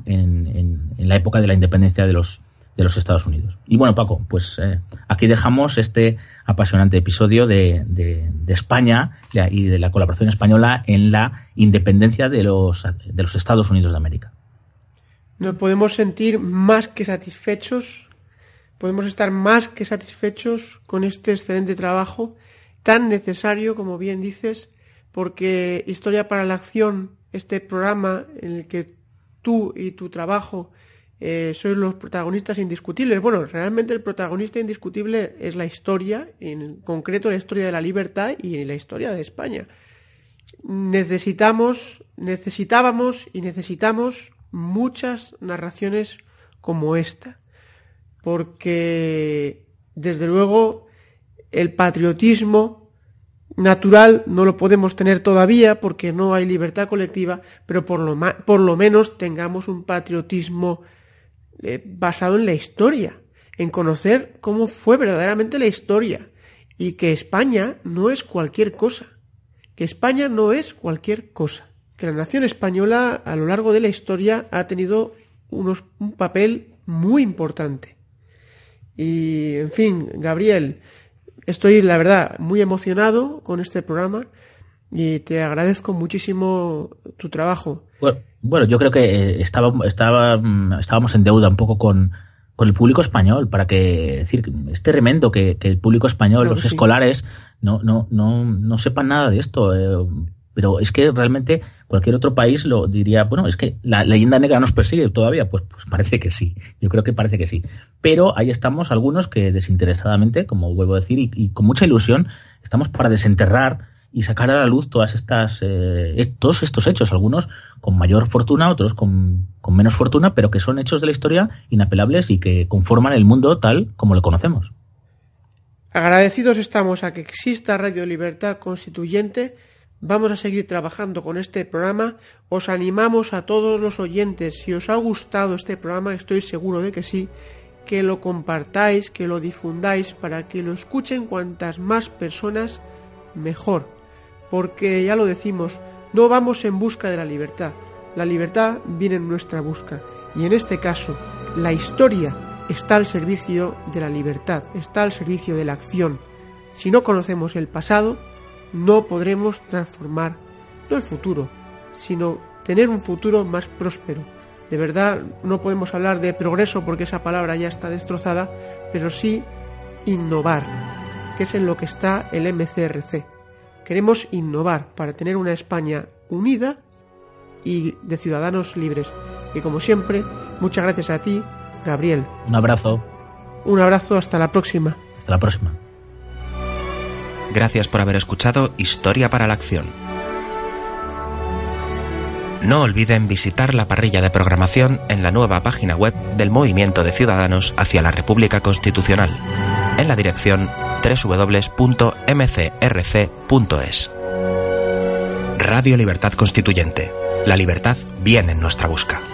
S3: en la época de la independencia de los Estados Unidos. Y bueno, Paco, pues aquí dejamos este apasionante episodio de España y de la colaboración española en la independencia de los Estados Unidos de América.
S2: Nos podemos sentir más que satisfechos, podemos estar más que satisfechos con este excelente trabajo tan necesario, como bien dices, porque Historia para la Acción, este programa en el que tú y tu trabajo sois los protagonistas indiscutibles. Bueno, realmente el protagonista indiscutible es la historia, en concreto la historia de la libertad y la historia de España. Necesitábamos y necesitamos muchas narraciones como esta, porque desde luego el patriotismo natural no lo podemos tener todavía porque no hay libertad colectiva, pero por lo menos tengamos un patriotismo basado en la historia, en conocer cómo fue verdaderamente la historia y que España no es cualquier cosa, que la nación española a lo largo de la historia ha tenido un papel muy importante. Y, en fin, Gabriel, estoy, la verdad, muy emocionado con este programa y te agradezco muchísimo tu trabajo.
S3: Bueno, yo creo que estábamos en deuda un poco con el público español, para decir, es tremendo que el público español, claro, los escolares, no sepan nada de esto. Pero es que realmente Cualquier otro país lo diría, bueno, es que la leyenda negra nos persigue todavía, pues parece que sí, yo creo que parece que sí. Pero ahí estamos algunos que desinteresadamente, como vuelvo a decir, y con mucha ilusión, estamos para desenterrar y sacar a la luz todos estos hechos, algunos con mayor fortuna, otros con menos fortuna, pero que son hechos de la historia inapelables y que conforman el mundo tal como lo conocemos.
S2: Agradecidos estamos a que exista Radio Libertad Constituyente. Vamos a seguir trabajando con este programa. Os animamos a todos los oyentes, si os ha gustado este programa, estoy seguro de que sí, que lo compartáis, que lo difundáis para que lo escuchen cuantas más personas mejor. Porque ya lo decimos, no vamos en busca de la libertad viene en nuestra busca. Y en este caso, la historia está al servicio de la libertad, está al servicio de la acción. Si no conocemos el pasado, no podremos transformar, no el futuro, sino tener un futuro más próspero. De verdad, no podemos hablar de progreso porque esa palabra ya está destrozada, pero sí innovar, que es en lo que está el MCRC. Queremos innovar para tener una España unida y de ciudadanos libres. Y como siempre, muchas gracias a ti, Gabriel.
S3: Un abrazo.
S2: Un abrazo, hasta la próxima.
S3: Hasta la próxima.
S1: Gracias por haber escuchado Historia para la Acción. No olviden visitar la parrilla de programación en la nueva página web del Movimiento de Ciudadanos hacia la República Constitucional, en la dirección www.mcrc.es. Radio Libertad Constituyente. La libertad viene en nuestra busca.